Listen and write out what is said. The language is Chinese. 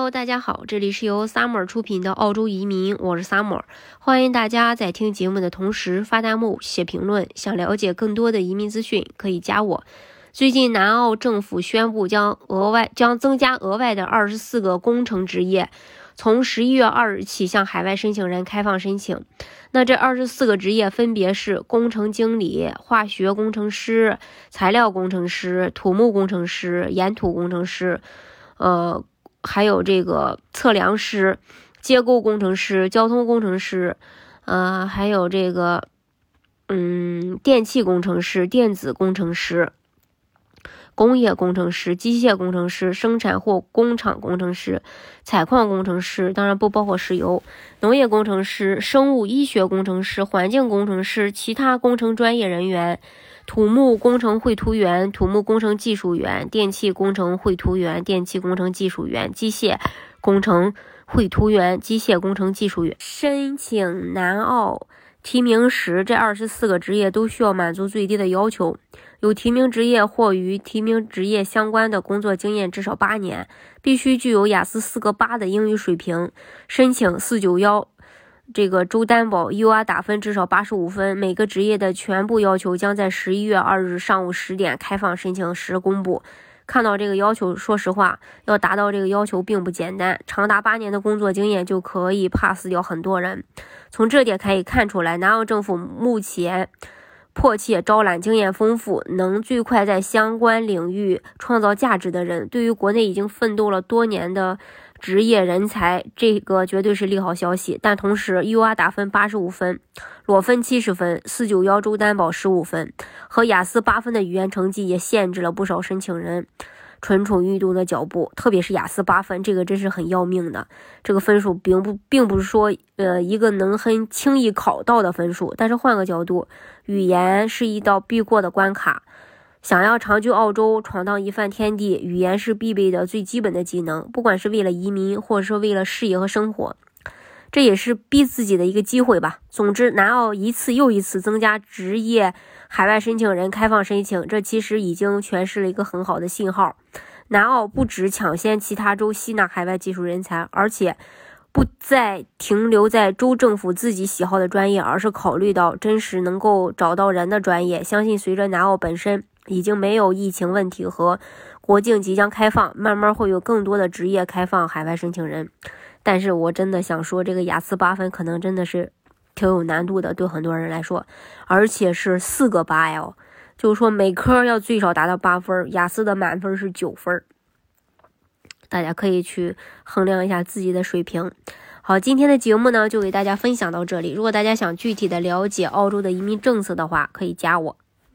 Hello， 大家好，这里是由 Summer 出品的澳洲移民，我是 Summer， 欢迎大家在听节目的同时发弹幕、写评论。想了解更多的移民资讯，可以加我。最近南澳政府宣布将增加额外的24个工程职业，从11月2日起向海外申请人开放申请。那这24个职业分别是工程经理、化学工程师、材料工程师、土木工程师、岩土工程师，还有这个测量师、结构工程师、交通工程师，还有这个电气工程师、电子工程师、工业工程师、机械工程师、生产或工厂工程师、采矿工程师，当然不包括石油、农业工程师、生物医学工程师、环境工程师、其他工程专业人员、土木工程绘图员、土木工程技术员、电气工程绘图员、电气工程技术员、机械工程绘图员、机械工程技术员。申请南澳提名时，这24个职业都需要满足最低的要求。有提名职业或与提名职业相关的工作经验至少8年，必须具有雅思4个8的英语水平。申请491这个州担保 UR 打分至少85分。每个职业的全部要求将在11月2日上午10点开放申请时公布。看到这个要求，说实话，要达到这个要求并不简单，长达8年的工作经验就可以 pass 掉很多人。从这点可以看出来，南澳政府目前迫切招揽经验丰富、能最快在相关领域创造价值的人。对于国内已经奋斗了多年的职业人才，这个绝对是利好消息。但同时 UR 打分85分，裸分70分，491州担保15分和雅思8分的语言成绩也限制了不少申请人蠢蠢欲动的脚步。特别是雅思8分，这个真是很要命的。这个分数并不是说一个能很轻易考到的分数，但是换个角度，语言是一道必过的关卡。想要长居澳洲，闯荡一番天地，语言是必备的最基本的技能，不管是为了移民，或者是为了事业和生活，这也是逼自己的一个机会吧。总之，南澳一次又一次增加职业海外申请人开放申请，这其实已经诠释了一个很好的信号。南澳不只抢先其他州吸纳海外技术人才，而且不再停留在州政府自己喜好的专业，而是考虑到真实能够找到人的专业。相信随着南澳本身已经没有疫情问题和国境即将开放，慢慢会有更多的职业开放海外申请人。但是我真的想说，这个雅思8分可能真的是挺有难度的，对很多人来说，而且是4个8哦，就是说每科要最少达到8分，雅思的满分是9分。大家可以去衡量一下自己的水平。好，今天的节目呢就给大家分享到这里。如果大家想具体的了解澳洲的移民政策的话，可以加我。